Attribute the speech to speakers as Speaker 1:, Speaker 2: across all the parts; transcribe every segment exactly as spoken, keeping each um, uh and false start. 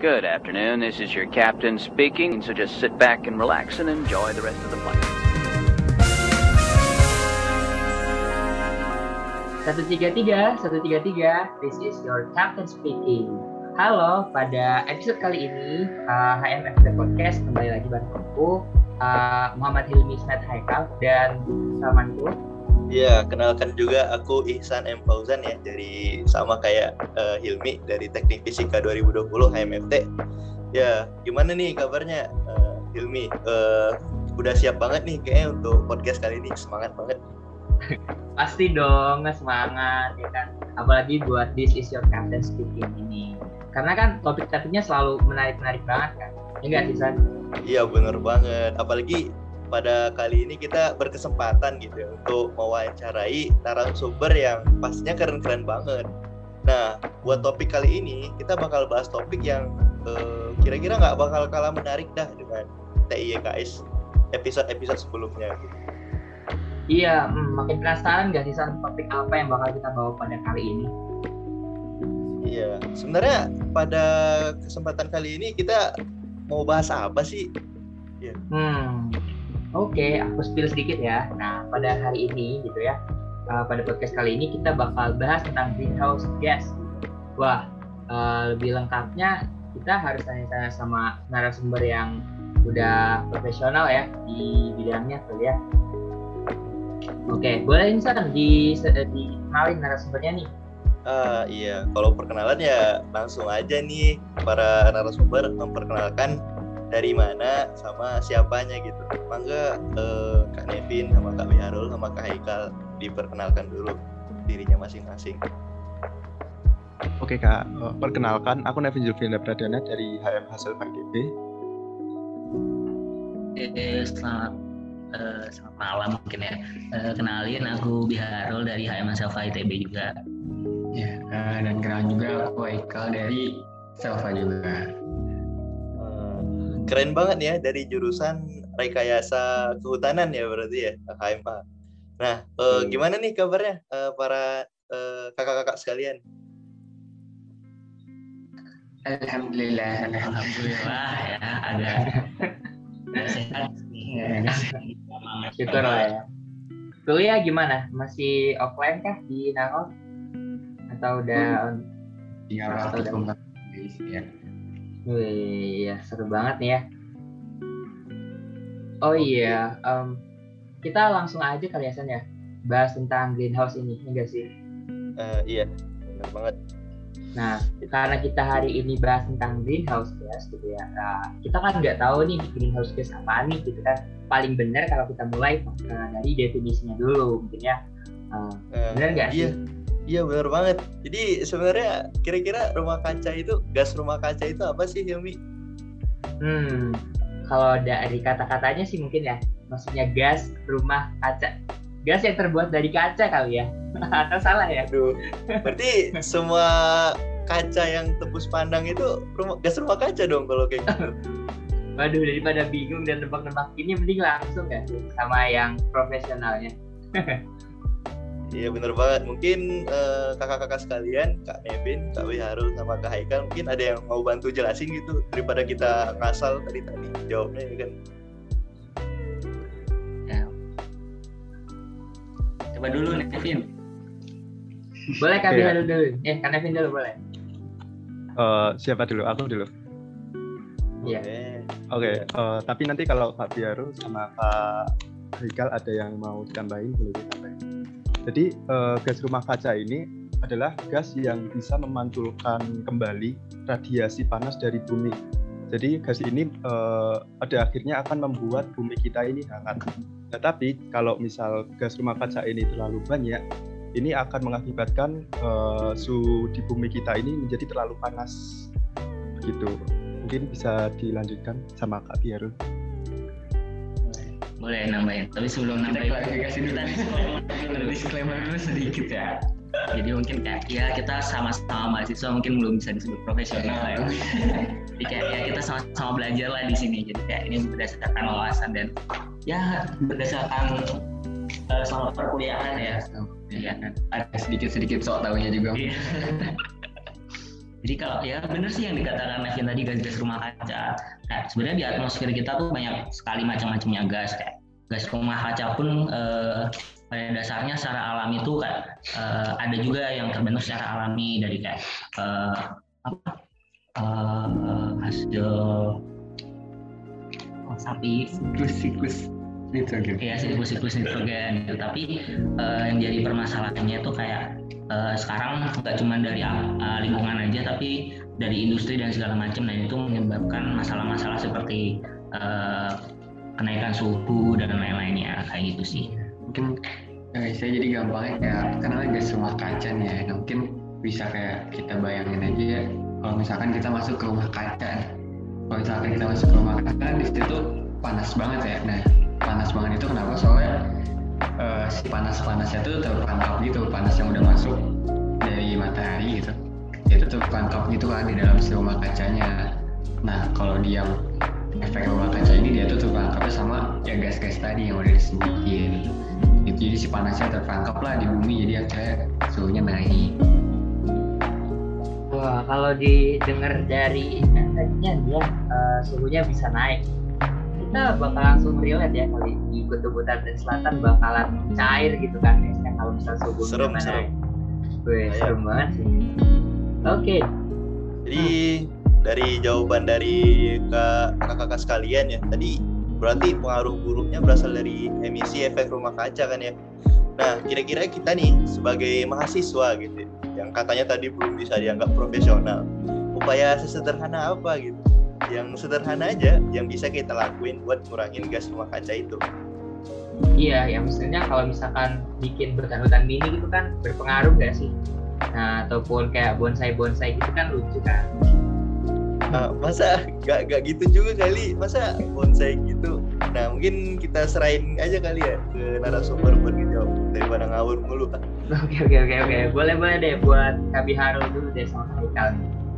Speaker 1: Good afternoon, this is your captain speaking, so just sit back and relax and enjoy the rest of the flight.
Speaker 2: satu tiga tiga, satu tiga tiga, this is your captain speaking. Halo, pada episode kali ini uh, H M F The Podcast kembali lagi bareng aku, uh, Muhammad Hilmi Ismet Haikal dan temanku.
Speaker 3: Ya, kenalkan juga aku Ihsan M. Fauzan ya, dari sama kayak uh, Hilmi dari Teknik Fisika dua ribu dua puluh H M F T. Ya, gimana nih kabarnya uh, Hilmi? Uh, udah siap banget nih kayaknya untuk podcast kali ini, semangat banget.
Speaker 2: Pasti dong, semangat ya kan. Apalagi buat This is your captain speaking ini. Karena kan topik-topiknya selalu menarik-menarik banget kan. Ya enggak sih, San?
Speaker 3: Iya, bener banget. Apalagi pada kali ini kita berkesempatan gitu ya untuk mewawancarai narasumber yang pastinya keren-keren banget. Nah, buat topik kali ini kita bakal bahas topik yang uh, kira-kira nggak bakal kalah menarik dah dengan T I Y K S episode-episode sebelumnya gitu.
Speaker 2: Iya, hmm, makin penasaran nggak sih San topik apa yang bakal kita bawa pada kali ini?
Speaker 3: Iya, sebenarnya pada kesempatan kali ini kita mau bahas apa sih? Ya.
Speaker 2: Hmm. Oke, okay, aku spill sedikit ya. Nah, pada hari ini gitu ya, uh, pada podcast kali ini kita bakal bahas tentang greenhouse gas. Wah, uh, lebih lengkapnya kita harus tanya-tanya sama narasumber yang udah profesional ya di bidangnya tuh ya. Oke, okay, boleh Insan di dikenalin narasumbernya nih.
Speaker 3: Uh, iya, kalau perkenalan ya langsung aja nih para narasumber memperkenalkan dari mana sama siapanya gitu. Mangga eh, Kak Nevin sama Kak Wiharul sama Kak Haikal diperkenalkan dulu dirinya masing-masing.
Speaker 4: Oke Kak, perkenalkan aku Nevin Zulfianda Pradana dari H M Hasil Bank D B.
Speaker 5: Eh, selamat eh, selamat malam mungkin ya. Eh, kenalin aku Wiharul dari H M Hasil I T B juga.
Speaker 6: Ya, uh, dan kenalin juga aku Haikal dari Selva juga.
Speaker 3: Keren banget ya dari jurusan Rekayasa Kehutanan ya berarti ya H M A. Nah, eh, gimana nih kabarnya eh, para eh, kakak-kakak sekalian?
Speaker 6: Alhamdulillah,
Speaker 5: Alhamdulillah ya ada sehat nih.
Speaker 2: Syukur lah ya. Kuliah gimana? Masih offline kah di Nangor? Atau udah on?
Speaker 6: Tinggal praktik ya.
Speaker 2: Wih, ya seru banget nih ya. Oh iya, um, kita langsung aja kali ya San ya, bahas tentang greenhouse ini, enggak sih?
Speaker 3: Uh, iya, benar banget.
Speaker 2: Nah, karena kita hari ini bahas tentang greenhouse gas gitu ya, nah, kita kan nggak tahu nih greenhouse gas apaan nih gitu kan. Paling benar kalau kita mulai uh, dari definisinya dulu mungkin ya. Uh, uh, benar nggak
Speaker 3: iya.
Speaker 2: sih?
Speaker 3: Iya benar banget. Jadi sebenarnya kira-kira rumah kaca itu, gas rumah kaca itu apa sih Hilmi?
Speaker 2: Hmm, kalau dari kata-katanya sih mungkin ya, maksudnya gas rumah kaca. Gas yang terbuat dari kaca kali ya? Atau salah ya?
Speaker 3: Aduh, berarti semua kaca yang tembus pandang itu rumah, gas rumah kaca dong kalau kayak gitu.
Speaker 2: Waduh, daripada bingung dan nebak-nebak ini mending langsung gak sih sama yang profesionalnya.
Speaker 3: Iya benar banget. Mungkin uh, kakak-kakak sekalian, Kak Nevin, Kak Wiharul, sama Kak Haikal mungkin ada yang mau bantu jelasin gitu daripada kita ngasal tadi tadi jawabnya ya kan.
Speaker 5: Ya. Coba dulu Nevin.
Speaker 2: Boleh Kak
Speaker 4: Oke,
Speaker 2: Wiharul dulu. Eh, Kak Nevin dulu boleh.
Speaker 4: Uh, siapa dulu? Aku dulu.
Speaker 2: Iya.
Speaker 4: Oke, okay, uh, tapi nanti kalau Kak Wiharul sama Kak Haikal ada yang mau ditambahin boleh ditambahin. Jadi uh, gas rumah kaca ini adalah gas yang bisa memantulkan kembali radiasi panas dari bumi. Jadi gas ini uh, pada akhirnya akan membuat bumi kita ini hangat. Nah, tapi kalau misal gas rumah kaca ini terlalu banyak, ini akan mengakibatkan uh, suhu di bumi kita ini menjadi terlalu panas. Begitu. Mungkin bisa dilanjutkan sama Kak Wiharul.
Speaker 5: Boleh nambahin, tapi sebelum nambahin
Speaker 6: klarifikasi dulu. Ada disclaimer dulu sedikit ya.
Speaker 5: Jadi mungkin kayak ya kita sama-sama mahasiswa mungkin belum bisa disebut profesional ya. Jadi kayak ya kita sama-sama belajar lah di sini. Jadi kayak ini berdasarkan wawasan dan ya berdasarkan uh, selama perkuliahan ya.
Speaker 6: Iya kan. Ada sedikit-sedikit sok tahunya juga.
Speaker 5: Jadi kalau ya benar sih yang dikatakan Nevin tadi, gas-gas rumah kaca. Nah, sebenarnya di atmosfer kita tuh banyak sekali macam-macamnya gas, kayak gas rumah kaca pun eh, pada dasarnya secara alami itu kan eh, ada juga yang terbentuk secara alami dari kayak eh, apa eh, hasil oh, sapi
Speaker 6: Siklus-siklus nitrogen.
Speaker 5: ya siklus-siklus nitrogen gitu. Tapi uh, yang jadi permasalahannya itu kayak uh, sekarang nggak cuma dari uh, lingkungan aja, tapi dari industri dan segala macam, dan itu menyebabkan masalah-masalah seperti uh, kenaikan suhu dan lain-lainnya kayak gitu sih.
Speaker 6: Mungkin eh, saya jadi gampangnya kayak karena gas rumah kaca nih ya, nah, mungkin bisa kayak kita bayangin aja ya, kalau misalkan kita masuk ke rumah kaca, kalau misalkan kita masuk ke rumah kaca di situ panas banget ya. Nah, panas banget itu kenapa? Soalnya uh, si panas-panasnya tuh terperangkap gitu, panas yang udah masuk dari matahari gitu, itu terperangkap gitu kan di dalam si rumah kacanya. Nah, kalau dia efek rumah kaca ini dia tuh terperangkapnya sama ya gas-gas tadi yang udah disebutin. Itu jadi si panasnya terperangkap lah di bumi, jadi akhirnya suhunya naik.
Speaker 2: Wah, kalau didengar dari tadinya dia uh, suhunya bisa naik, kita bakal langsung relate ya kali di Kutub Utara dan Selatan bakalan cair gitu kan ya kalau misal suhu
Speaker 3: Serem,
Speaker 2: naik.
Speaker 3: serem.
Speaker 2: Wih, serem banget sih. Oke.
Speaker 3: Jadi dari jawaban dari kak- kakak-kakak sekalian ya, tadi berarti pengaruh buruknya berasal dari emisi efek rumah kaca kan ya. Nah, kira-kira kita nih sebagai mahasiswa gitu ya, yang katanya tadi belum bisa dianggap profesional, upaya sesederhana apa gitu? Yang sederhana aja yang bisa kita lakuin buat ngurangin gas rumah kaca itu.
Speaker 2: Iya, ya misalnya kalau misalkan bikin hutan-hutan mini gitu kan berpengaruh nggak sih? Nah, ataupun kayak bonsai-bonsai gitu kan lucu kan?
Speaker 3: Nah, masa gak, gak gitu juga kali, masa bonsai gitu. Nah, mungkin kita serahin aja kali ya ke narasumber buat ngejawab daripada ngawur mulu.
Speaker 2: Oke oke oke oke, boleh boleh deh buat Kabi Harul dulu deh sama Haikal.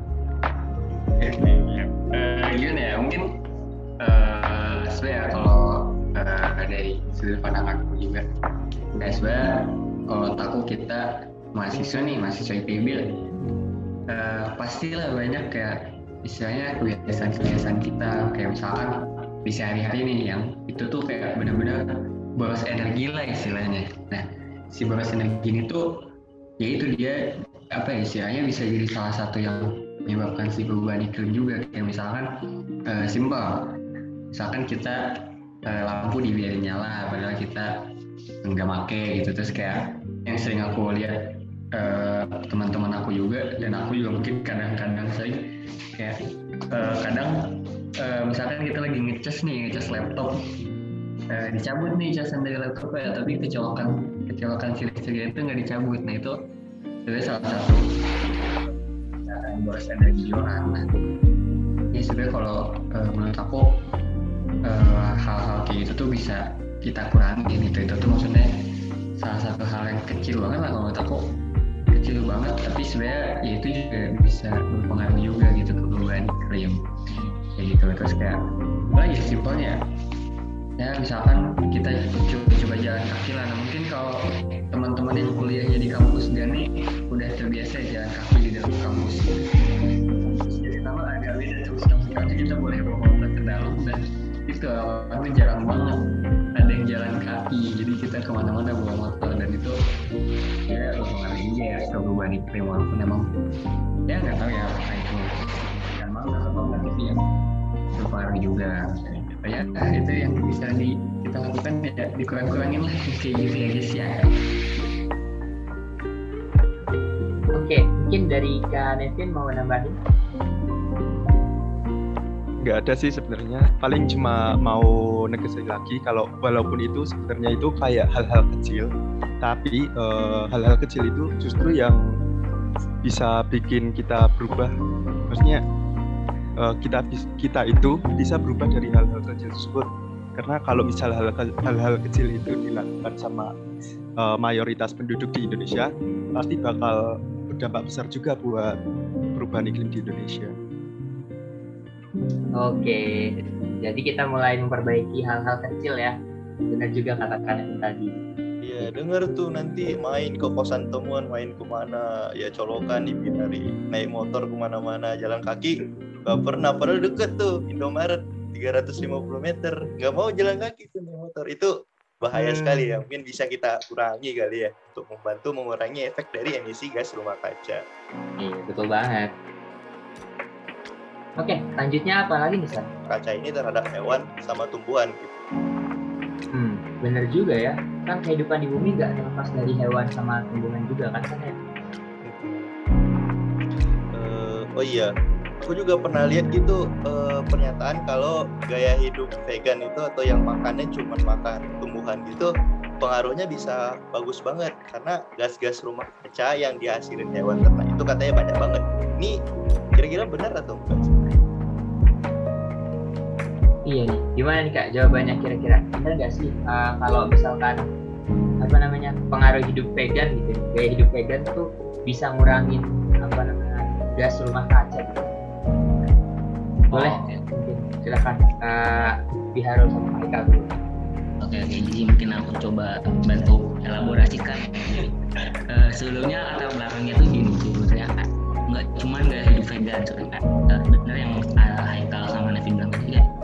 Speaker 6: Uh, gimana ya, mungkin uh, sebenarnya kalau uh, dari sudut pandang aku juga, nah sebenarnya kalau aku kita mahasiswa nih, mahasiswa I P B, uh, pastilah banyak kayak istilahnya kebiasaan-kebiasaan kita, kayak misalkan di sehari-hari nih yang itu tuh kayak benar-benar boros energi lah istilahnya. Nah, si boros energi ini tuh ya itu dia apa ya, istilahnya bisa jadi salah satu yang menyebabkan si perubahan iklim juga. Kayak misalkan uh, simpel, misalkan kita uh, lampu dibiarin nyala padahal kita nggak make gitu. Terus kayak yang sering aku lihat uh, teman-teman aku juga, dan aku juga mungkin kadang-kadang sering kayak uh, kadang uh, misalkan kita lagi ngecas nih, ngecas laptop, uh, dicabut nih casan dari laptopnya, tapi kecolokan kecolokan siri-siri itu nggak dicabut. Nah itu sebenarnya salah satu boros energi orang. Nah, ya sebenarnya kalau uh, menurut aku uh, hal-hal kayak gitu tuh bisa kita kurangin. Itu itu tuh maksudnya salah satu hal yang kecil banget lah kalau menurut aku, kecil banget, tapi sebenarnya ya itu juga bisa berpengaruh juga gitu ke perubahan iklim kayak gitu. Terus kayak apa ya simpelnya ya, misalkan kita coba jalan kaki lah. Nah mungkin kalau teman-teman yang kuliahnya di kampus Gani udah terbiasa jalan kaki di dalam kampus, jadi tambah agak beda. Terus kampus kita boleh bawa motor ke dalam, dan itu aku jarang banget ada yang jalan kaki, jadi kita kemana-mana bawa motor, dan itu ya berpengaruhnya ya ke perubahan iklim. Walaupun emang ya nggak tahu ya apakah itu kan mau atau enggak, tapi ya berpengaruh juga. Ya nah, itu yang bisa di, kita lakukan ya dikurang-kurangin lah kayak gitu ya guys ya.
Speaker 2: Oke, mungkin dari Kak Nevin mau nambahin?
Speaker 4: Nggak ada sih sebenarnya, paling cuma mau negesin lagi kalau walaupun itu sebenarnya itu kayak hal-hal kecil, tapi uh, hal-hal kecil itu justru yang bisa bikin kita berubah. Maksudnya uh, kita kita itu bisa berubah dari hal-hal kecil tersebut. Karena kalau misal hal-hal kecil itu dilakukan sama uh, mayoritas penduduk di Indonesia, pasti bakal berdampak besar juga buat perubahan iklim di Indonesia.
Speaker 2: Oke, jadi kita mulai memperbaiki hal-hal kecil ya. Benar juga kata Kak Nevin tadi.
Speaker 3: Iya Iya, denger tuh nanti main ke kosan temuan, main kemana, ya colokan di Binari, naik motor kemana-mana, jalan kaki, gak pernah, padahal deket tuh, Indomaret, tiga ratus lima puluh meter, gak mau jalan kaki tuh naik motor, itu bahaya hmm. sekali ya, mungkin bisa kita kurangi kali ya, untuk membantu mengurangi efek dari emisi gas rumah kaca.
Speaker 2: Iya, betul banget. Oke, lanjutnya apa lagi nih, San?
Speaker 3: Kaca ini terhadap hewan sama tumbuhan gitu.
Speaker 2: Hmm, bener juga ya. Kan kehidupan di bumi gak terlepas dari hewan sama tumbuhan juga kan, San ya?
Speaker 3: Uh, oh iya, aku juga pernah lihat gitu uh, pernyataan kalau gaya hidup vegan itu atau yang makannya cuma makan tumbuhan gitu, pengaruhnya bisa bagus banget karena gas-gas rumah kaca yang dihasilin hewan ternak itu katanya banyak banget. Ini kira-kira benar atau enggak?
Speaker 2: Iya nih, gimana nih Kak jawabannya kira-kira? Benar nggak sih uh, kalau misalkan apa namanya pengaruh hidup vegan gitu, gaya hidup vegan tuh bisa ngurangin apa namanya gas rumah kaca gitu? Boleh?
Speaker 5: Oh, okay.
Speaker 2: Mungkin silakan Kak Biharul sama Haikal dulu.
Speaker 5: Oke, oke, jadi mungkin aku coba bantu elaborasikan. uh, sebelumnya latar belakangnya tuh gini sebetulnya Kak, nggak cuma gaya hidup vegan sebenarnya, uh, benar yang uh, Haikal sama Nevin bilang tadi ya.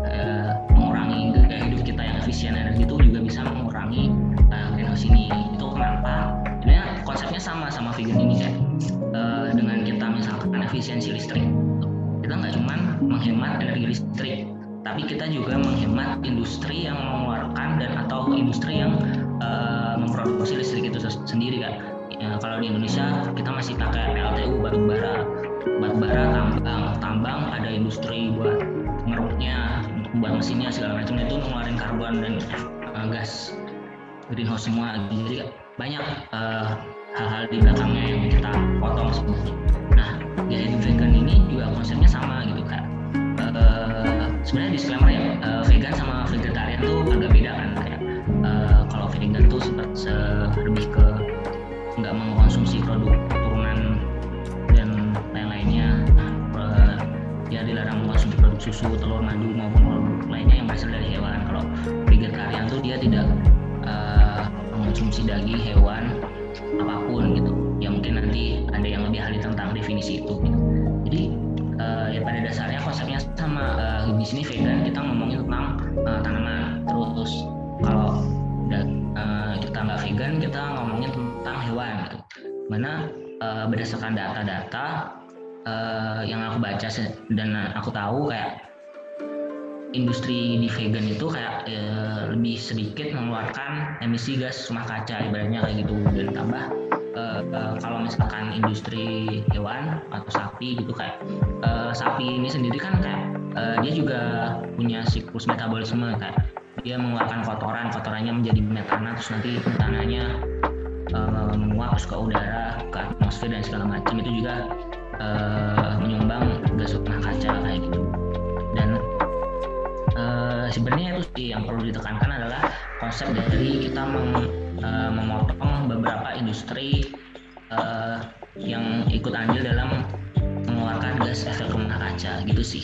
Speaker 5: Efisien energi itu juga bisa mengurangi uh, greenhouse ini. Itu kenapa? Sebenarnya konsepnya sama sama vegan ini kan. Uh, dengan kita misalkan efisiensi listrik, kita nggak cuma menghemat energi listrik, tapi kita juga menghemat industri yang mengeluarkan dan atau industri yang uh, memproduksi listrik itu sendiri kan. Uh, kalau di Indonesia kita masih pakai P L T U batu bara, batu bara tambang, tambang ada industri buat ngeruknya, buat mesinnya segala macam itu mengeluarkan karbon dan uh, gas greenhouse semua. Jadi banyak uh, hal-hal di belakangnya yang kita potong sebenarnya. Nah, gaya hidup vegan ini juga konsepnya sama gitu kan. Uh, sebenarnya disclaimer ya, uh, vegan sama vegetarian tuh agak beda kan. Kayak uh, kalau vegan tuh seperti lebih ke nggak mengkonsumsi produk turunan dan lain-lainnya. Uh, ya dilarang mengkonsumsi produk susu, telur, madu maupun produk lainnya yang berasal dari hewan. Kalau vegetarian tuh dia tidak uh, mengkonsumsi daging hewan apapun gitu. Ya mungkin nanti ada yang lebih ahli tentang definisi itu gitu. Jadi uh, ya pada dasarnya konsepnya sama. Uh, di sini vegan kita ngomongin tentang uh, tanaman. Terus kalau uh, kita nggak vegan kita ngomongin tentang hewan gitu. Mana uh, berdasarkan data-data Uh, yang aku baca dan aku tahu kayak industri di vegan itu kayak uh, lebih sedikit mengeluarkan emisi gas rumah kaca ibaratnya kayak gitu. Dan tambah uh, uh, kalau misalkan industri hewan atau sapi gitu kayak uh, sapi ini sendiri kan kayak uh, dia juga punya siklus metabolisme kayak dia mengeluarkan kotoran kotorannya menjadi metana, terus nanti metananya uh, menguap ke udara, ke atmosfer dan segala macam. Itu juga Uh, menyumbang gas rumah kaca kayak gitu. Dan uh, sebenarnya itu sih yang perlu ditekankan adalah konsep dari kita mem, uh, memotong beberapa industri uh, yang ikut andil dalam mengeluarkan gas efek rumah kaca gitu sih.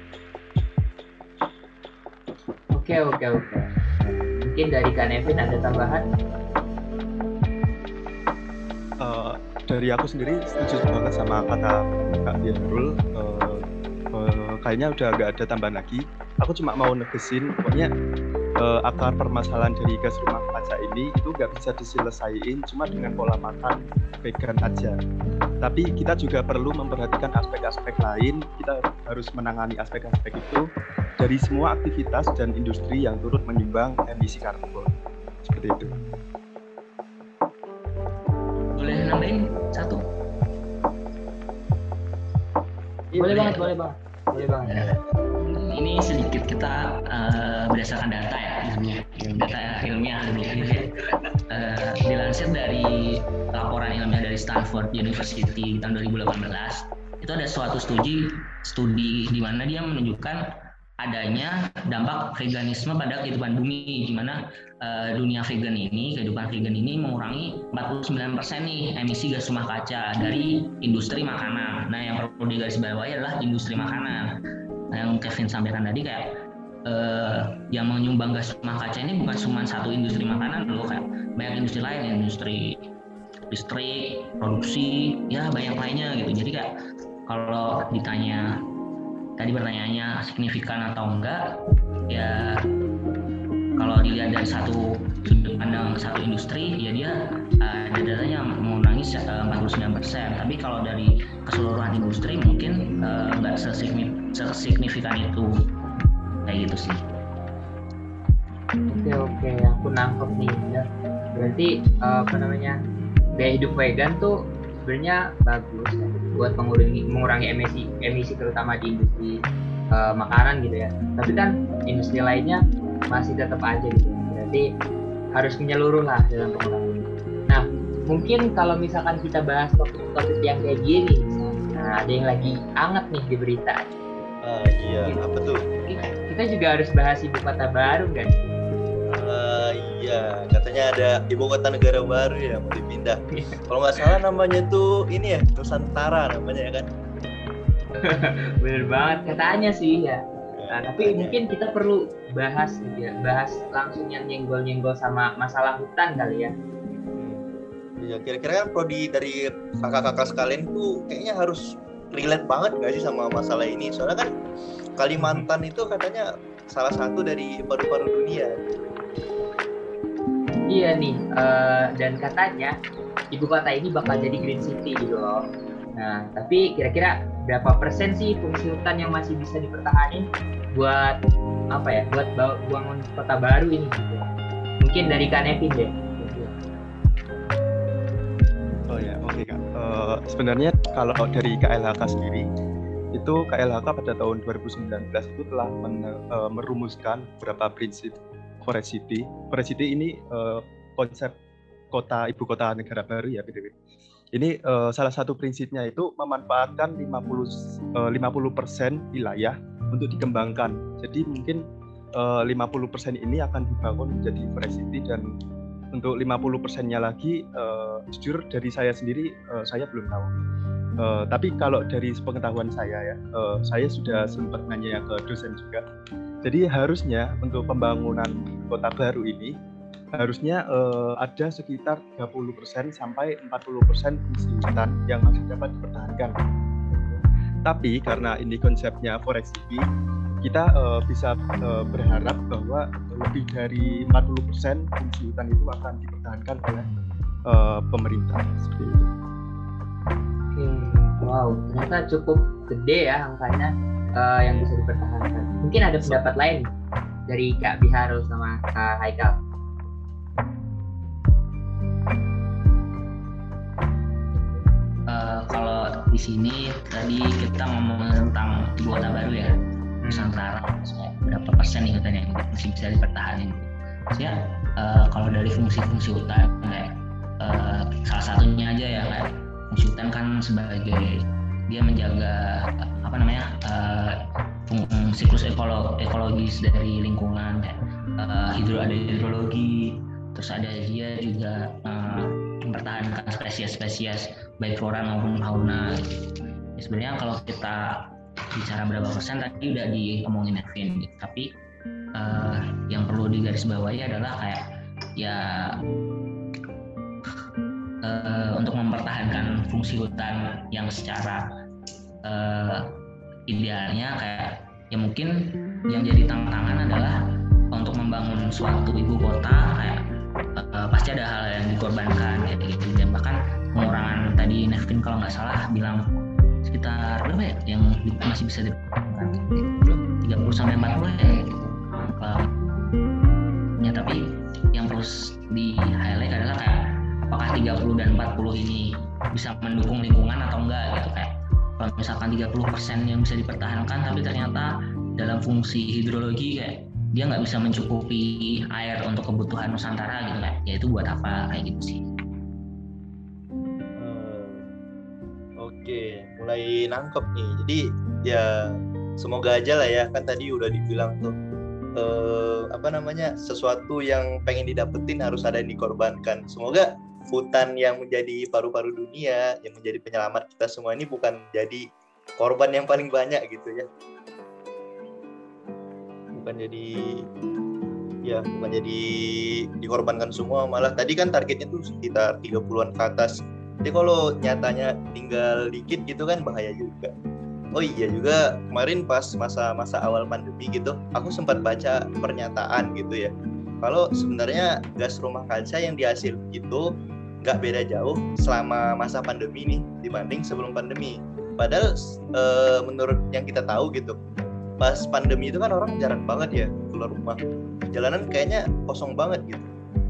Speaker 2: Oke oke oke. Mungkin dari Kak Nevin ada tambahan?
Speaker 4: Uh, dari aku sendiri setuju banget sama kata Kak Biharul. Uh, uh, kayaknya udah nggak ada tambahan lagi. Aku cuma mau negesin, pokoknya uh, akar permasalahan dari gas rumah kaca ini itu nggak bisa diselesaikan cuma dengan pola makan vegan aja. Tapi kita juga perlu memperhatikan aspek-aspek lain. Kita harus menangani aspek-aspek itu dari semua aktivitas dan industri yang turut menyumbang emisi karbon. Seperti itu.
Speaker 5: Boleh nambahin satu?
Speaker 2: Boleh banget, boleh banget, boleh banget.
Speaker 5: Ini sedikit kita uh, berdasarkan data ya, ilmiah, data ilmiah lebih uh, dilansir dari laporan ilmiah dari Stanford University tahun dua ribu delapan belas. Itu ada suatu studi studi di mana dia menunjukkan adanya dampak veganisme pada kehidupan bumi, di mana uh, dunia vegan ini, kehidupan vegan ini mengurangi empat puluh sembilan persen nih emisi gas rumah kaca dari industri makanan. Nah, yang perlu digarisbawahi adalah industri makanan. Nah, yang Kevin sampaikan tadi kayak uh, yang menyumbang gas rumah kaca ini bukan cuma satu industri makanan loh, kayak banyak industri lain, industri listrik, produksi, ya banyak lainnya gitu. Jadi kayak kalau ditanya tadi pertanyaannya signifikan atau enggak, ya kalau dilihat dari satu sudut pandang satu industri, ya dia uh, ada datanya mengurangi uh, empat puluh sembilan persen. Tapi kalau dari keseluruhan industri mungkin uh, enggak sesignifikan itu, kayak gitu sih.
Speaker 2: Oke oke, aku nangkep nih ya. Berarti uh, apa namanya, gaya hidup vegan tuh sebenarnya bagus ya, buat mengurangi mengurangi emisi emisi terutama di industri uh, makanan gitu ya. Tapi kan industri lainnya masih tetap aja gitu. Berarti harus menyeluruh lah dalam pengurangan. Nah, mungkin kalau misalkan kita bahas topik-topik yang kayak gini, nah ada yang lagi anget nih di berita.
Speaker 3: Ah iya, gitu. Apa tuh?
Speaker 2: Kita juga harus bahas ibu kota baru kan?
Speaker 3: Uh, iya, katanya ada ibu kota negara baru ya mau dipindah. Kalau nggak salah namanya tuh ini ya, Nusantara namanya ya kan?
Speaker 2: Bener banget katanya sih ya. Nah, tapi mungkin kita perlu bahas gitu ya, bahas langsung yang nyenggol-nyenggol sama masalah hutan kali ya.
Speaker 3: Iya, kira-kira kan prodi dari kakak-kakak sekalian tuh kayaknya harus relate banget nggak sih sama masalah ini? Soalnya kan Kalimantan itu katanya salah satu dari paru-paru dunia.
Speaker 2: Iya nih, uh, dan katanya ibu kota ini bakal jadi green city gitu loh. Nah, tapi kira-kira berapa persen sih fungsi hutan yang masih bisa dipertahankan buat apa ya, buat bangun kota baru ini gitu. Mungkin dari Kak Nevin deh.
Speaker 4: Oh ya, oke okay, Kak. Uh, sebenarnya kalau dari K L H K sendiri, itu K L H K pada tahun dua ribu sembilan belas itu telah men- uh, merumuskan beberapa prinsip Forest City. Forest City ini uh, konsep kota ibu kota negara baru ya B T W. Ini uh, salah satu prinsipnya itu memanfaatkan lima puluh persen wilayah untuk dikembangkan. Jadi mungkin uh, lima puluh persen ini akan dibangun menjadi Forest City, dan untuk lima puluh persennya lagi uh, jujur dari saya sendiri uh, saya belum tahu. Uh, tapi kalau dari pengetahuan saya ya, uh, saya sudah sempat nanya ke dosen juga. Jadi harusnya untuk pembangunan kota baru ini harusnya uh, ada sekitar tiga puluh persen sampai empat puluh persen fungsi hutan yang masih dapat dipertahankan. Tapi karena ini konsepnya Forest City, kita uh, bisa uh, berharap bahwa lebih dari empat puluh persen fungsi hutan itu akan dipertahankan oleh uh, pemerintah seperti itu.
Speaker 2: Oke, wow, ternyata cukup gede ya angkanya uh, yang bisa dipertahankan. Mungkin ada pendapat lain dari Kak Biharul sama Kak Haikal.
Speaker 5: Uh, kalau di sini tadi kita ngomong tentang ibu kota baru ya, Nusantara, berapa persen nih hutan yang masih bisa dipertahankan? Maksudnya uh, kalau dari fungsi-fungsi hutan kayak uh, salah satunya aja ya, kayak fungsi hutan kan sebagai dia menjaga apa namanya uh, siklus ekolo, ekologis dari lingkungan, kayak uh, hidro ada hidrologi, terus ada dia juga uh, mempertahankan spesies-spesies baik flora maupun fauna. Ya, sebenarnya kalau kita bicara berapa persen tadi udah diomongin Nevin gitu. Tapi uh, yang perlu digarisbawahi adalah kayak ya uh, untuk mempertahankan fungsi hutan yang secara uh, idealnya kayak ya mungkin yang jadi tantangan adalah untuk membangun suatu ibu kota kayak uh, pasti ada hal yang dikorbankan kayak gitu, dan bahkan pengurangan tadi Nevin kalau nggak salah bilang sekitar berapa ya yang masih bisa dipertahankan, tiga puluh sampai empat puluh ya gitu. Uh, ya tapi yang terus di highlight adalah kayak apakah tiga puluh dan empat puluh ini bisa mendukung lingkungan atau enggak gitu. Kayak kalau misalkan tiga puluh persen yang bisa dipertahankan tapi ternyata dalam fungsi hidrologi kayak dia nggak bisa mencukupi air untuk kebutuhan Nusantara gitu kayak ya itu buat apa, kayak gitu sih.
Speaker 3: Oke, mulai nangkep nih. Jadi ya semoga aja lah ya, kan tadi udah dibilang tuh eh, apa namanya, sesuatu yang pengen didapetin harus ada yang dikorbankan. Semoga hutan yang menjadi paru-paru dunia, yang menjadi penyelamat kita semua ini bukan jadi korban yang paling banyak gitu ya. bukan jadi ya bukan jadi dikorbankan semua, malah tadi kan targetnya tuh sekitar tiga puluhan ke atas. Jadi kalau nyatanya tinggal dikit gitu kan bahaya juga. Oh iya juga kemarin pas masa-masa awal pandemi gitu, aku sempat baca pernyataan gitu ya. Kalau sebenarnya gas rumah kaca yang dihasil itu nggak beda jauh selama masa pandemi nih dibanding sebelum pandemi. Padahal e, menurut yang kita tahu gitu, pas pandemi itu kan orang jarang banget ya keluar rumah. Jalanan kayaknya kosong banget gitu.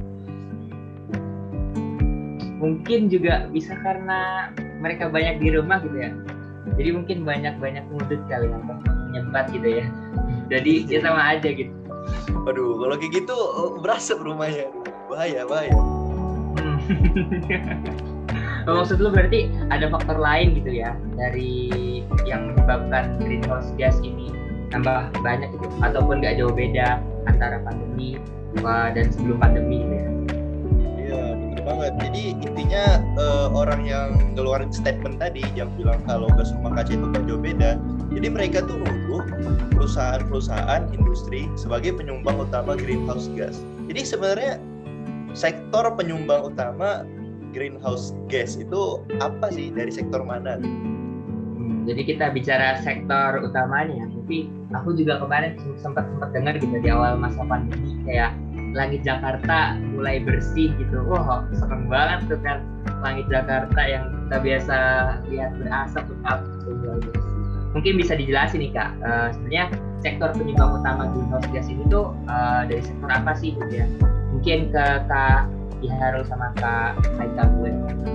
Speaker 2: Mungkin juga bisa karena mereka banyak di rumah gitu ya. Jadi mungkin banyak-banyak ngudut kali ya, menyebat gitu ya. Jadi ya sama aja gitu.
Speaker 3: Waduh, kalau kayak gitu berasap rumahnya. Bahaya, bahaya.
Speaker 2: Hmm. Maksud lu berarti ada faktor lain gitu ya dari yang menyebabkan greenhouse gas ini tambah banyak gitu, ataupun nggak jauh beda antara pandemi dan sebelum pandemi gitu ya?
Speaker 3: Iya, bener banget. Jadi intinya uh, orang yang ngeluarin statement tadi yang bilang kalau gas rumah kaca itu nggak jauh beda, jadi mereka tuh nuduh perusahaan-perusahaan industri sebagai penyumbang utama greenhouse gas. Jadi sebenarnya sektor penyumbang utama greenhouse gas itu apa sih, dari sektor mana?
Speaker 2: Hmm, jadi kita bicara sektor utamanya, tapi aku juga kemarin sempat sempat dengar gitu di awal masa pandemi kayak langit Jakarta mulai bersih gitu. Wah, serem banget tuh kan langit Jakarta yang kita biasa lihat berasap tuh mulai bersih. Mungkin bisa dijelasin nih Kak, uh, sebenarnya sektor penyumbang utama greenhouse gas ini tuh uh, dari sektor apa sih gitu ya? Mungkin ke Kak Iharul sama Kak Haikal gue.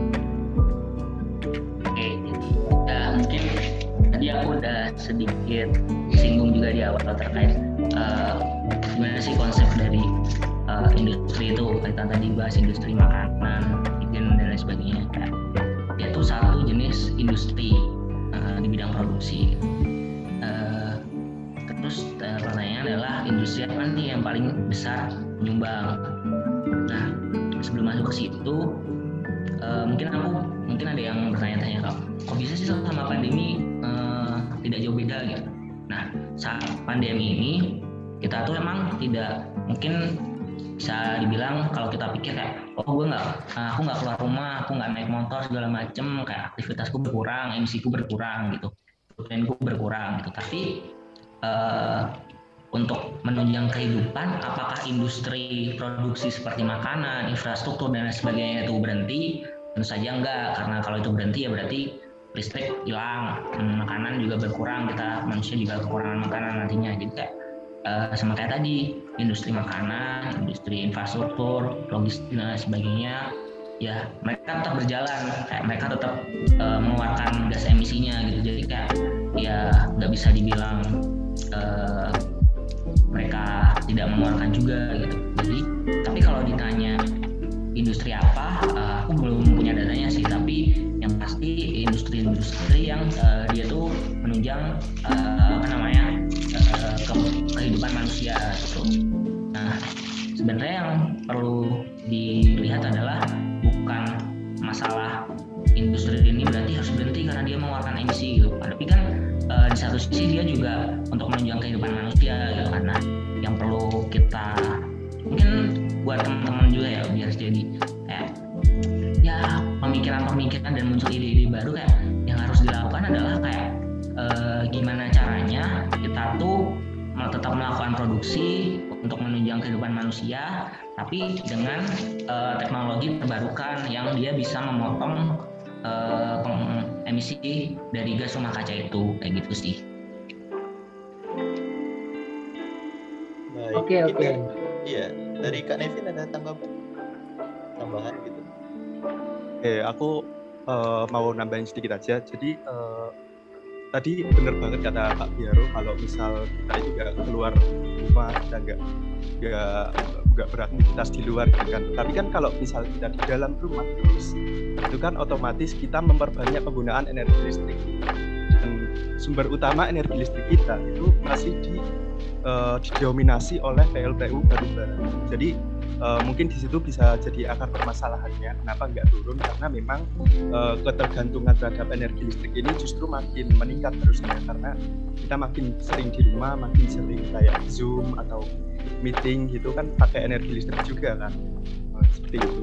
Speaker 5: Oke, jadi ya, mungkin tadi aku udah sedikit singgung juga di awal terkait uh, gimana sih konsep dari uh, industri itu. Kita tadi bahas industri makanan, higiene dan lain sebagainya. Yaitu satu jenis industri uh, di bidang produksi. Uh, terus uh, pertanyaannya adalah industri apa nih yang paling besar menyumbang? Nah, sebelum masuk ke situ, uh, mungkin aku mungkin ada yang bertanya-tanya, kok kok bisa sih sama pandemi uh, tidak jauh beda gitu. Nah, saat pandemi ini kita tuh emang tidak mungkin bisa dibilang kalau kita pikir kayak oh gue nggak aku nggak keluar rumah, aku nggak naik motor segala macem, kayak aktivitasku berkurang, emisiku berkurang gitu, footprintku berkurang gitu. Tapi uh, untuk menunjang kehidupan, apakah industri produksi seperti makanan, infrastruktur dan lain sebagainya itu berhenti? Tentu saja enggak, karena kalau itu berhenti ya berarti listrik hilang, makanan juga berkurang, kita manusia juga kekurangan makanan nantinya. Jadi kayak uh, sama kayak tadi, industri makanan, industri infrastruktur, logistik dan lain sebagainya, ya mereka tetap berjalan, kayak mereka tetap uh, mengeluarkan gas emisinya gitu. Jadi kayak ya nggak bisa dibilang uh, mereka tidak mengeluarkan juga gitu. Jadi tapi kalau ditanya industri apa, uh, aku belum punya datanya sih, tapi yang pasti industri-industri yang uh, dia tuh menunjang uh, apa namanya uh, ke, kehidupan manusia gitu. Nah, sebenarnya yang perlu dilihat adalah bukan masalah industri ini berarti harus berhenti karena dia mengeluarkan emisi gitu. Tapi kan uh, di satu sisi dia juga untuk menunjang kehidupan manusia gitu. Karena yang perlu kita mungkin buat teman-teman juga ya biar jadi kayak ya pemikiran-pemikiran dan muncul ide-ide baru, kayak yang harus dilakukan adalah kayak uh, gimana caranya kita tuh tetap melakukan produksi untuk menunjang kehidupan manusia, tapi dengan uh, teknologi terbarukan yang dia bisa memotong uh, emisi dari gas rumah kaca itu, kayak gitu sih.
Speaker 2: Oke oke.
Speaker 3: Iya, dari Kak Nevin ada tanggapan tambahan gitu?
Speaker 4: Oke, aku uh, mau nambahin sedikit aja. Jadi uh, tadi benar banget kata Pak Biaro kalau misal kita itu nggak keluar rumah, kita nggak nggak nggak beraktivitas di luar gitu kan. Tapi kan kalau misal kita di dalam rumah terus, itu kan otomatis kita memperbanyak penggunaan energi listrik. Dan sumber utama energi listrik kita itu masih di uh, didominasi oleh P L T U batubara. Jadi uh, mungkin di situ bisa jadi akar permasalahannya kenapa nggak turun, karena memang uh, ketergantungan terhadap energi listrik ini justru makin meningkat terusnya, karena kita makin sering di rumah, makin sering kayak Zoom atau meeting gitu kan pakai energi listrik juga kan, uh, seperti itu.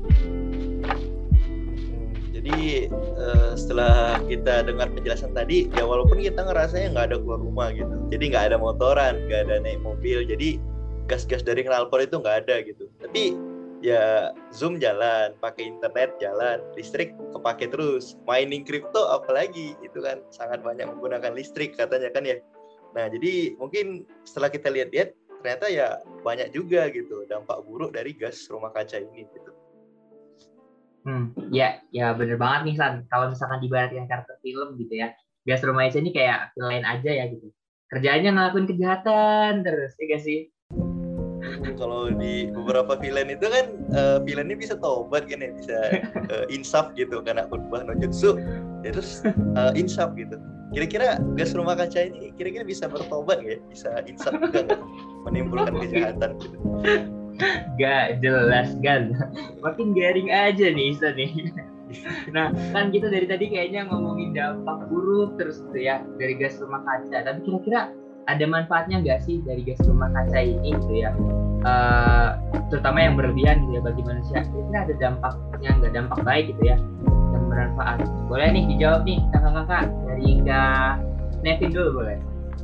Speaker 3: Jadi uh, setelah kita dengar penjelasan tadi, ya walaupun kita ngerasanya nggak ada keluar rumah gitu, jadi nggak ada motoran, nggak ada naik mobil, jadi gas-gas dari knalpot itu nggak ada gitu. Tapi ya Zoom jalan, pakai internet jalan, listrik kepake terus. Mining crypto apalagi itu kan sangat banyak menggunakan listrik katanya kan ya. Nah jadi mungkin setelah kita lihat-lihat ternyata ya banyak juga gitu dampak buruk dari gas rumah kaca ini gitu.
Speaker 2: Hmm, ya, ya bener banget nih San. Kalau misalkan diibaratkan karakter film gitu ya, gas rumah kaca ini kayak lain aja ya gitu. Kerjaannya ngelakuin kejahatan terus, ya gak sih?
Speaker 3: Kalau di beberapa villain itu kan uh, villainnya bisa tobat kan ya, bisa uh, insaf gitu karena berubah no jutsu, ya terus uh, insaf gitu. Kira-kira gas rumah kaca ini kira-kira bisa bertobat nggak ya? Bisa insaf juga nggak menimbulkan kejahatan gitu?
Speaker 2: Gak jelas kan, makin garing aja nih Isa nih. Nah kan kita dari tadi kayaknya ngomongin dampak buruk terus tuh ya dari gas rumah kaca, tapi kira-kira ada manfaatnya nggak sih dari gas rumah kaca ini gitu ya, uh, terutama yang berlebihan gitu ya bagi manusia? Kira-kira ada dampaknya nggak, dampak baik gitu ya yang bermanfaat? Boleh nih dijawab nih kakak-kakak, dari Kak Nevin dulu boleh.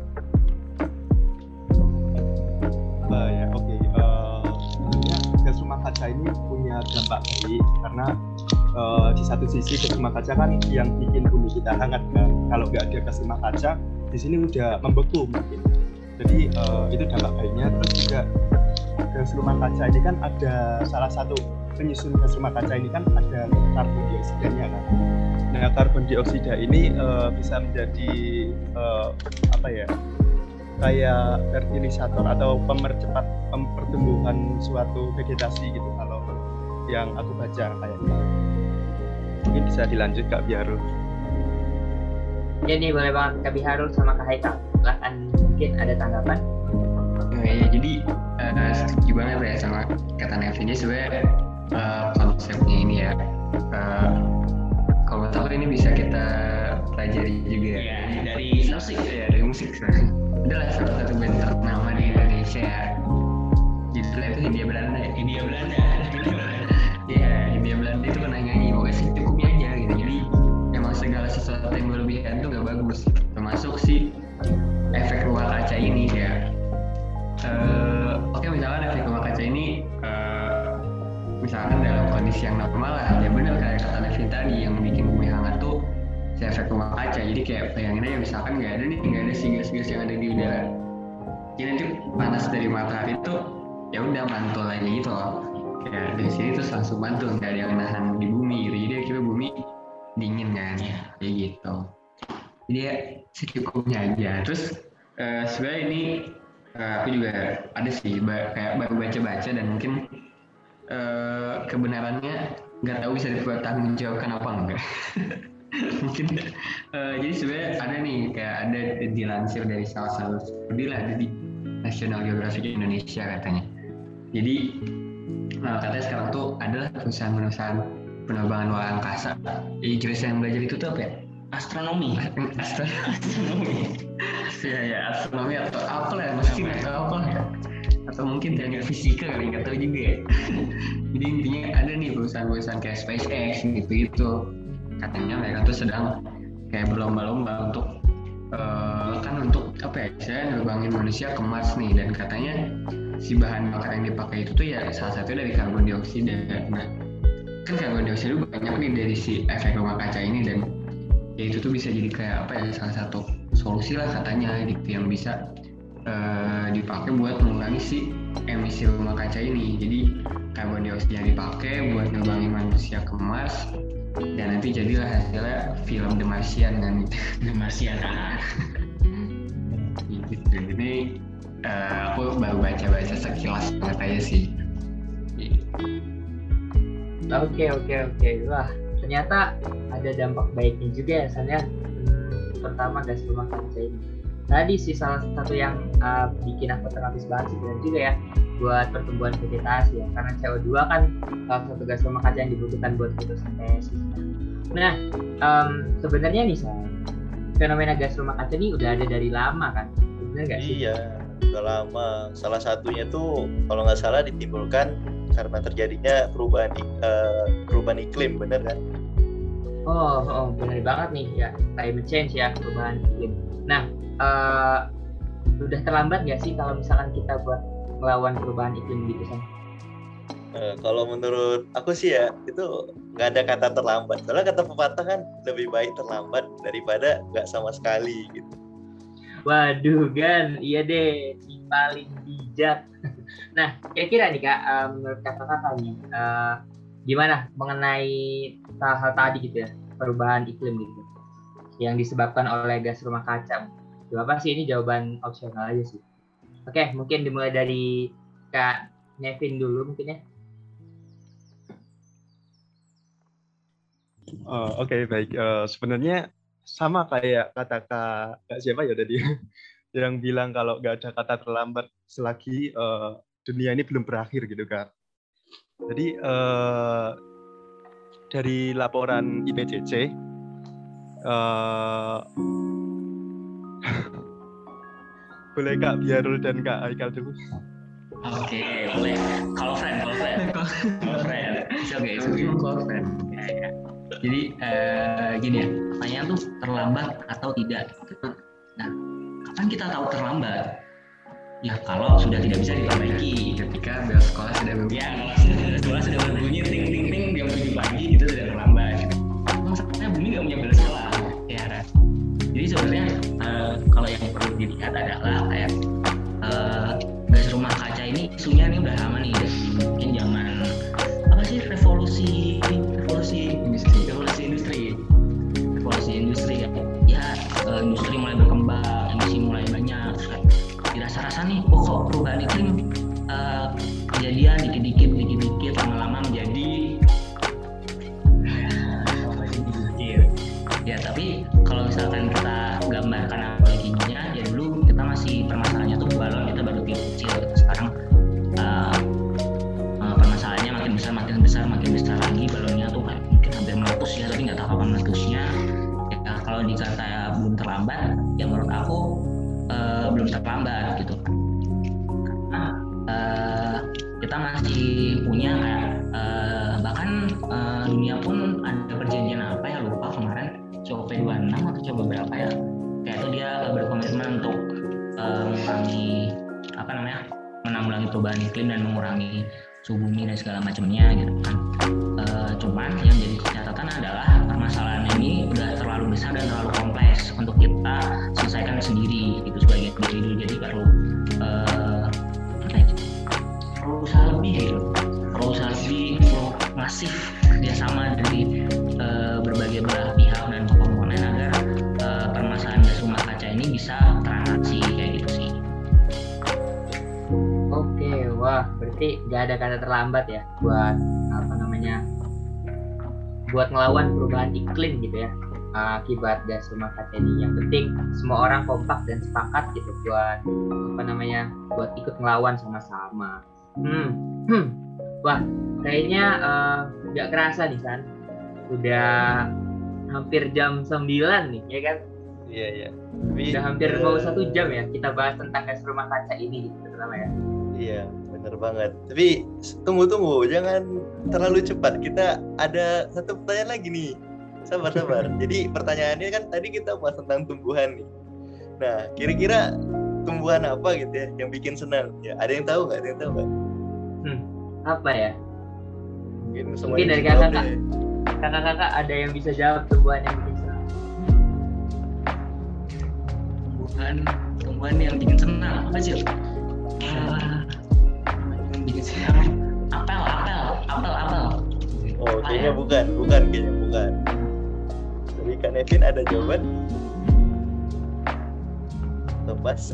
Speaker 4: Uh, ya oke, okay. uh, sebenarnya gas rumah kaca ini punya dampak baik karena uh, di satu sisi gas rumah kaca kan yang bikin bumi kita hangat kan. Kalau nggak ada gas rumah kaca di sini udah membeku mungkin. Jadi uh, itu dampak baiknya. Terus juga gas rumah kaca ini kan ada salah satu penyusun gas rumah kaca ini kan ada karbon dioksidanya kan. Nah karbon dioksida ini uh, bisa menjadi uh, apa ya? kayak fertilisator atau pemercepat pertumbuhan suatu vegetasi gitu kalau yang aku baca kayaknya. Mungkin bisa dilanjut Kak Biharul.
Speaker 2: Ya nih boleh banget Kak Biharul sama Kak Haikal, silahkan mungkin ada tanggapan.
Speaker 6: Nah, ya, jadi uh, setuju banget ya sama kata Nevin. Sebenarnya uh, konsepnya ini ya uh, kalau tahu ini bisa kita pelajari juga ya, dari musik ya, dari musik sebenarnya. Adalah salah satu band ternama di Indonesia ya. Judulnya itu Hindia Belanda ya. Hindia Belanda. Ya, Hindia Belanda itu pernah nyanyi pokoknya secukupnya aja gitu. Jadi emang segala sesuatu yang berlebihan itu gak bagus. Termasuk si efek rumah kaca ini ya. Uh, Oke okay, misalkan efek rumah kaca ini uh, misalkan dalam kondisi yang normal lah. Ya benar kayak kata Nevin tadi yang bikin bumi hangat tuh si efek rumah kaca. Jadi kayak bayangin aja misalkan nggak ada nih nggak ada si gas-gas yang ada di udara, jadi nanti panas dari matahari itu ya udah mantul aja gitu loh, kayak dari sini terus langsung mantul, nggak ada yang nahan di bumi gitu. Jadi akhirnya bumi dingin kan kayak gitu. Jadi ya secukupnya aja. Terus uh, sebenarnya ini uh, aku juga ada sih ba- kayak baru baca-baca dan mungkin uh, kebenarannya nggak tahu bisa dipertanggungjawabkan apa enggak. Mungkin uh, jadi sebenarnya ada nih kayak ada dilansir dari salah satu studi lah, ada di National Geographic Indonesia katanya. Jadi nah, katanya sekarang tuh adalah perusahaan-perusahaan penerbangan luar angkasa. Jadi jurusan yang belajar itu tuh apa ya? Astronomi. Astro- astronomi. Ya ya astronomi atau apa lah, mesin atau apa ya? Atau mungkin teknik fisika kali, nggak tahu juga ya. Jadi intinya ada nih perusahaan-perusahaan kayak SpaceX gitu-gitu. Katanya mereka tuh sedang kayak berlomba-lomba untuk uh, kan untuk apa ya, saya nerbangin manusia ke Mars nih, dan katanya si bahan bakar yang dipakai itu tuh ya salah satu dari karbon dioksida. Nah kan karbon dioksida banyak nih dari si efek rumah kaca ini, dan ya itu tuh bisa jadi kayak apa ya, salah satu solusi lah katanya gitu yang bisa uh, dipakai buat mengurangi si emisi rumah kaca ini. Jadi karbon dioksida dipakai buat nerbangin manusia ke Mars, dan nanti jadilah hasilnya film The Martian kan. The Martian gitu. Ini uh, aku baru baca-baca sekilas banget aja sih.
Speaker 2: Oke oke oke. Wah ternyata ada dampak baiknya juga ya San ya. Hmm, pertama gas rumah kaca ini. tadi sih salah satu yang uh, bikin aku terapis banget sih, dan juga ya buat pertumbuhan vegetasi ya, karena C O dua kan salah satu gas rumah kaca yang dibutuhkan buat fotosintesis. Nah, um, sebenarnya nih San, fenomena gas rumah kaca ini udah ada dari lama kan, benar nggak sih?
Speaker 3: Iya, udah lama. Salah satunya tuh kalau nggak salah ditimbulkan karena terjadinya perubahan uh, perubahan iklim, bener kan?
Speaker 2: Oh, oh benar banget nih ya, climate change ya, perubahan iklim. Nah, uh, udah terlambat nggak sih kalau misalkan kita buat melawan perubahan iklim gitu San?
Speaker 3: Uh, kalau menurut aku sih ya itu nggak ada kata terlambat. Soalnya kata pepatah kan lebih baik terlambat daripada nggak sama sekali gitu.
Speaker 2: Waduh Gan, iya deh, si paling bijak. Nah, kira-kira nih Kak, uh, menurut kakak-kakak nih, uh, gimana mengenai hal-hal tadi gitu ya, perubahan iklim gitu, yang disebabkan oleh gas rumah kaca? Apa sih, ini jawaban opsional aja sih. Oke, mungkin dimulai dari Kak Nevin dulu mungkin ya.
Speaker 4: Uh, Oke okay, baik. Uh, sebenarnya sama kayak kata kak, kak siapa ya tadi yang bilang kalau nggak ada kata terlambat selagi uh, dunia ini belum berakhir gitu kan. Jadi uh, dari laporan I P C C, uh, boleh Kak Biarul dan Kak Haikal dulu.
Speaker 5: Oke, okay, boleh. Kalau friend, kalau friend, kalau friend, oke, okay, sebelum kalau friend. Ya, ya. Jadi uh, gini ya, pertanyaan tuh terlambat atau tidak? Nah, kapan kita tahu terlambat? Ya kalau sudah tidak bisa diperbaiki.
Speaker 6: Ketika bel sekolah sudah berbunyi.
Speaker 5: Ya, kalau sekolah sudah berbunyi, ting ting ting, jam tujuh pagi itu sudah terlambat. Maksudnya bumi nggak punya bel sekolah, ya kan? Jadi sebenarnya uh, kalau yang perlu dilihat adalah kayak uh, gas rumah kaca ini isunya ini udah lama nih, dari mungkin zaman apa sih revolusi revolusi industri revolusi industri revolusi industri ya, ya uh, industri mulai berkembang, emisi mulai banyak, dirasa-rasa nih oh, kok perubahan iklim uh, kejadian dikit-dikit dikit-dikit lama-lama menjadi ya, tapi kalau misalkan kita gambarkan analoginya ya dulu kita masih permasalahannya tuh balon kita baru kecil gitu. Sekarang uh, uh, permasalahannya makin besar makin besar makin besar lagi, balonnya tuh kayak mungkin hampir meletus ya, tapi nggak tahu kapan meletusnya ya. Kalau dikata belum terlambat ya menurut aku uh, belum terlambat gitu, karena uh, kita masih punya kayak uh, bahkan uh, dunia pun ada perjanjian apa ya lupa kemarin C O P dua puluh enam atau coba berapa ya, kayak itu dia berkomitmen untuk uh, mengurangi apa namanya menanggulangi perubahan iklim dan mengurangi suhu bumi dan segala macamnya gitu kan. Uh, cuman yang jadi catatan adalah permasalahan ini udah terlalu besar dan terlalu kompleks untuk kita selesaikan sendiri gitu sebagai individu, jadi perlu uh, apa ya, perlu usaha lebih gitu, perlu usaha lebih, perlu masif kerjasama dari uh, berbagai belah pihak dan komponen agar uh, permasalahan gas rumah kaca ini bisa teratasi kayak gitu sih.
Speaker 2: Oke, wah berarti nggak ada kata terlambat ya buat apa namanya buat melawan perubahan iklim gitu ya, akibat gas rumah kaca ini. Yang penting semua orang kompak dan sepakat gitu buat apa namanya buat ikut melawan sama-sama. Hmm, hmm. Wah kayaknya nggak uh, kerasa nih San, udah hampir jam sembilan nih ya kan?
Speaker 3: Iya iya.
Speaker 2: Udah hampir uh, mau satu jam ya kita bahas tentang gas rumah kaca ini gitu terutama ya.
Speaker 3: Iya bener banget. Tapi tunggu-tunggu, jangan terlalu cepat. Kita ada satu pertanyaan lagi nih. Sabar sabar. Jadi pertanyaannya kan tadi kita bahas tentang tumbuhan nih. Nah kira-kira tumbuhan apa gitu ya yang bikin senang? Ya ada yang tahu nggak? Ada yang tahu nggak?
Speaker 2: Hmm, apa ya?
Speaker 3: Mungkin,
Speaker 2: Mungkin dari kakak-kakak. Kakak-kakak ada yang bisa jawab tumbuhan yang bikin senang?
Speaker 5: Tumbuhan, tumbuhan yang bikin senang apa sih? Uh, bikin senang. Apel, apel, apel, apel.
Speaker 3: Oh kayaknya Ayah. bukan, bukan kayaknya bukan. Tapi Kak Nevin ada jawaban? Lepas.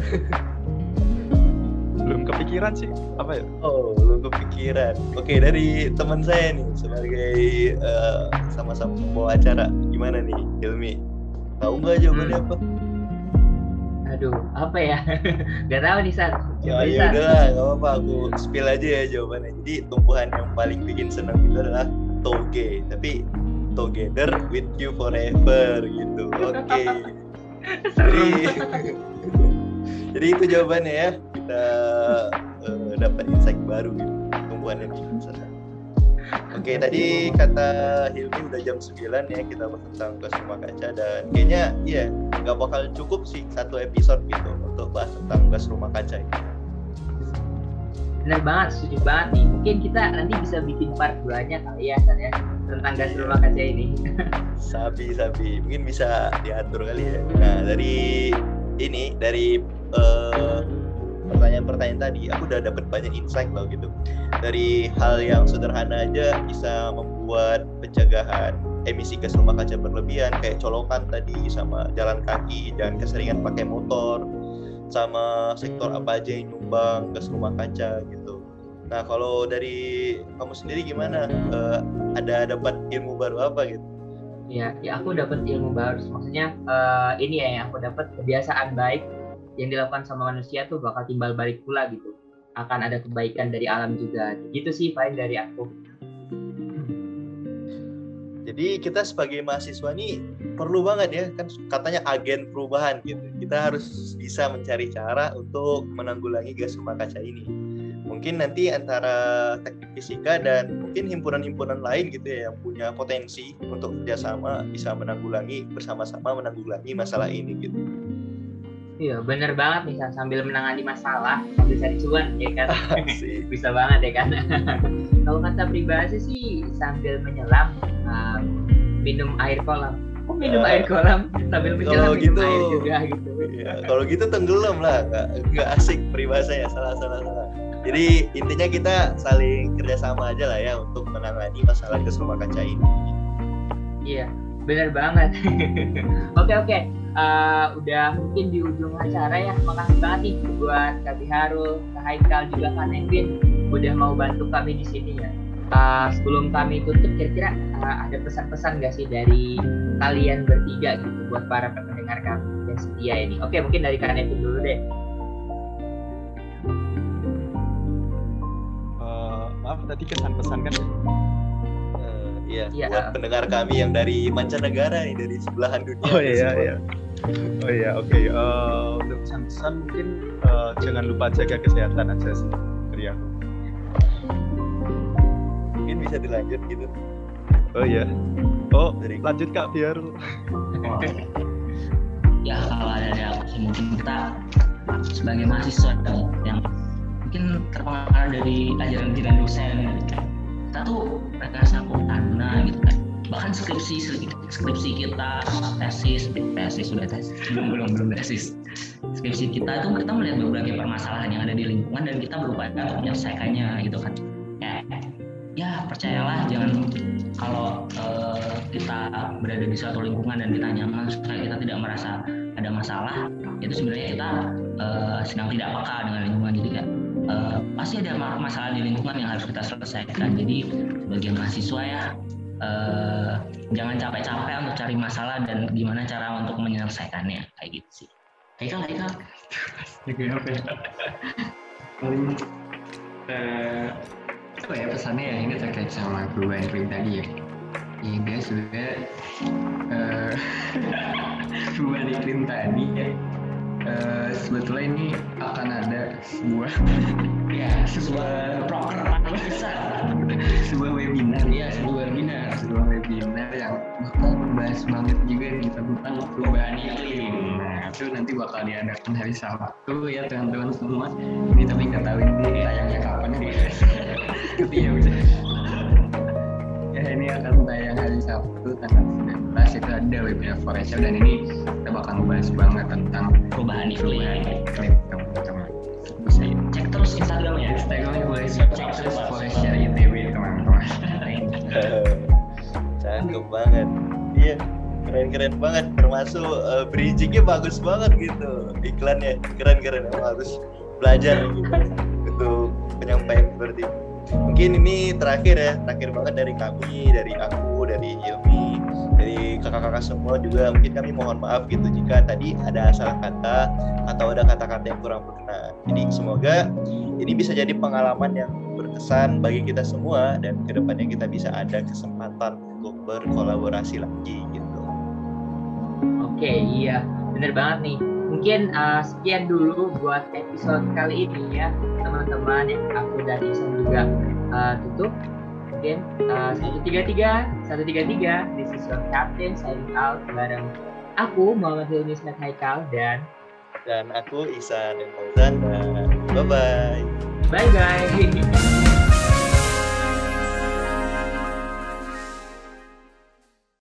Speaker 4: Belum kepikiran sih apa ya?
Speaker 3: Oh belum kepikiran. Oke dari teman saya nih sebagai uh, sama-sama pembawa acara, gimana nih Hilmi? Tahu nggak jawabannya
Speaker 2: hmm.
Speaker 3: apa?
Speaker 2: Aduh, apa ya? Gak tahu nih San.
Speaker 3: Ya, ya udahlah, nggak apa-apa. Aku spill aja ya jawabannya. Jadi tumbuhan yang paling bikin senang itu adalah toge. Tapi together with you forever gitu. Oke. Okay. Jadi, jadi itu jawabannya ya. Kita uh, dapat insight baru gitu. Tumbuhan yang bikin senang. Oke, tadi kata Hilmi udah jam sembilan ya, kita bahas tentang gas rumah kaca, dan kayaknya iya nggak bakal cukup sih satu episode gitu untuk bahas tentang gas rumah kaca ini.
Speaker 2: Benar banget, setuju banget nih. Mungkin kita nanti bisa bikin part dua-nya kali ya, San, ya, tentang gas rumah kaca ini.
Speaker 3: Sabi-sabi, mungkin bisa diatur kali ya. Nah, dari ini, dari uh, pertanyaan-pertanyaan tadi, aku udah dapat banyak insight loh gitu. Dari hal yang sederhana aja bisa membuat pencegahan emisi gas rumah kaca berlebihan, kayak colokan tadi, sama jalan kaki, dan keseringan pakai motor, sama sektor apa aja yang nyumbang gas rumah kaca gitu. Nah, kalau dari kamu sendiri gimana? Uh, ada dapat ilmu baru apa gitu?
Speaker 2: Ya, ya aku dapat ilmu baru. Maksudnya uh, ini ya yang aku dapat, kebiasaan baik yang dilakukan sama manusia tuh bakal timbal balik pula gitu. Akan ada kebaikan dari alam juga. Gitu sih paling dari aku.
Speaker 3: Jadi kita sebagai mahasiswa nih perlu banget ya, kan katanya agen perubahan gitu. Kita harus bisa mencari cara untuk menanggulangi gas rumah kaca ini. Mungkin nanti antara teknik fisika dan mungkin himpunan-himpunan lain gitu ya yang punya potensi untuk kerjasama bisa menanggulangi, bersama-sama menanggulangi masalah ini gitu.
Speaker 2: Iya, bener banget nih, sambil menangani masalah, sambil cari cuan, ya kan? Bisa banget ya kan? Kalau kata pribadi sih, sambil menyelam, uh, minum air kolam. Oh, minum uh, air kolam sambil menyelam minum gitu, air juga gitu.
Speaker 3: Ya, kalau gitu tenggelam lah, nggak, nggak asik peribahasanya, salah, salah, salah. Jadi intinya kita saling kerjasama aja lah ya untuk menangani masalah gas rumah kaca ini.
Speaker 2: Iya, bener banget. Oke, oke. Uh, udah mungkin di ujung acara ya. Makasih banget nih buat Kak Biharul, Kak Haikal, juga Kak Nevin udah mau bantu kami di sini ya. Uh, sebelum kami tutup, kira-kira uh, ada pesan-pesan gak sih dari kalian bertiga gitu buat para pendengar kami yang setia ini? Oke, mungkin dari Kak Nevin dulu deh.
Speaker 4: Uh, maaf tadi kesan-pesan kan?
Speaker 3: Iya, ya, buat pendengar kami yang dari mancanegara nih, dari sebelahan dunia.
Speaker 4: Oh iya, iya. Oh iya, oke. Okay. Uh, untuk pesan-pesan mungkin uh, jangan lupa jaga kesehatan aja sih dari aku.
Speaker 3: Mungkin bisa dilanjut gitu.
Speaker 4: Oh iya. Oh, dari lanjut Kak biar.
Speaker 5: Oh. Ya kalau ada dari aku sih mungkin kita sebagai mahasiswa yang mungkin terpengaruh dari ajaran dan dosen, kita tuh mereka sempurna gitu kan. Bahkan skripsi skripsi kita, tesis, tesis sudah tesis, belum belum belum tesis. Skripsi kita itu kita melihat berbagai permasalahan yang ada di lingkungan dan kita berupaya untuk menyelesaikannya gitu kan. Ya, ya percayalah, jangan kalau uh, kita berada di suatu lingkungan dan kita nyaman supaya kita tidak merasa ada masalah, itu sebenarnya kita uh, sedang tidak peka dengan lingkungan. Jadi kan uh, pasti ada masalah di lingkungan yang harus kita selesaikan. Jadi sebagai mahasiswa ya Uh, jangan capek-capek untuk cari masalah dan gimana cara untuk menyelesaikannya, kayak gitu sih. Haikal, Haikal.
Speaker 6: Apa ya? Paling uh, apa ya pesannya ya, ini terkait sama perubahan iklim tadi ya. Ya guys, sudah uh, perubahan iklim tadi ya. Uh, sebetulnya ini akan ada sebuah ya sebuah program besar, sebuah webinar ya sebuah webinar sebuah webinar yang bakal membahas banget juga nih tentang perubahan iklim. Nah itu nanti bakal diadakan hari Sabtu ya teman-teman semua. Ini tapi nggak tahu ini tayangnya kapan ya. Tapi ya udah. Ya ini akan tayang hari Sabtu tanggal sembilan belas, itu ada webinar Forestel dan ini kita bakal membahas banget tentang
Speaker 5: perubahan iklim.
Speaker 6: iklim teman-teman. Bisa
Speaker 5: cek terus Instagramnya.
Speaker 6: Instagramnya boleh cek terus Forestel I T B teman-teman.
Speaker 3: Cakep banget. Iya, keren-keren banget. Termasuk uh, bridging-nya bagus banget gitu. Iklannya keren-keren, emang harus belajar gitu untuk penyampaian seperti ini. Mungkin ini terakhir ya, terakhir banget dari kami, dari aku, dari Ilmi, dari kakak-kakak semua juga mungkin kami mohon maaf gitu jika tadi ada salah kata atau ada kata-kata yang kurang berkenan. Jadi semoga ini bisa jadi pengalaman yang berkesan bagi kita semua dan kedepannya kita bisa ada kesempatan untuk berkolaborasi lagi gitu.
Speaker 2: Oke, iya, bener banget nih. Mungkin uh, sekian dulu buat episode kali ini ya, teman-teman. Yang aku dan Ihsan juga uh, tutup. Mungkin uh, satu tiga tiga, satu tiga tiga. This is your captain signing out bareng aku Muhammad Hilmi Ismet Haikal dan
Speaker 3: dan aku Ihsan dan Fauzan. Bye bye.
Speaker 2: Bye bye.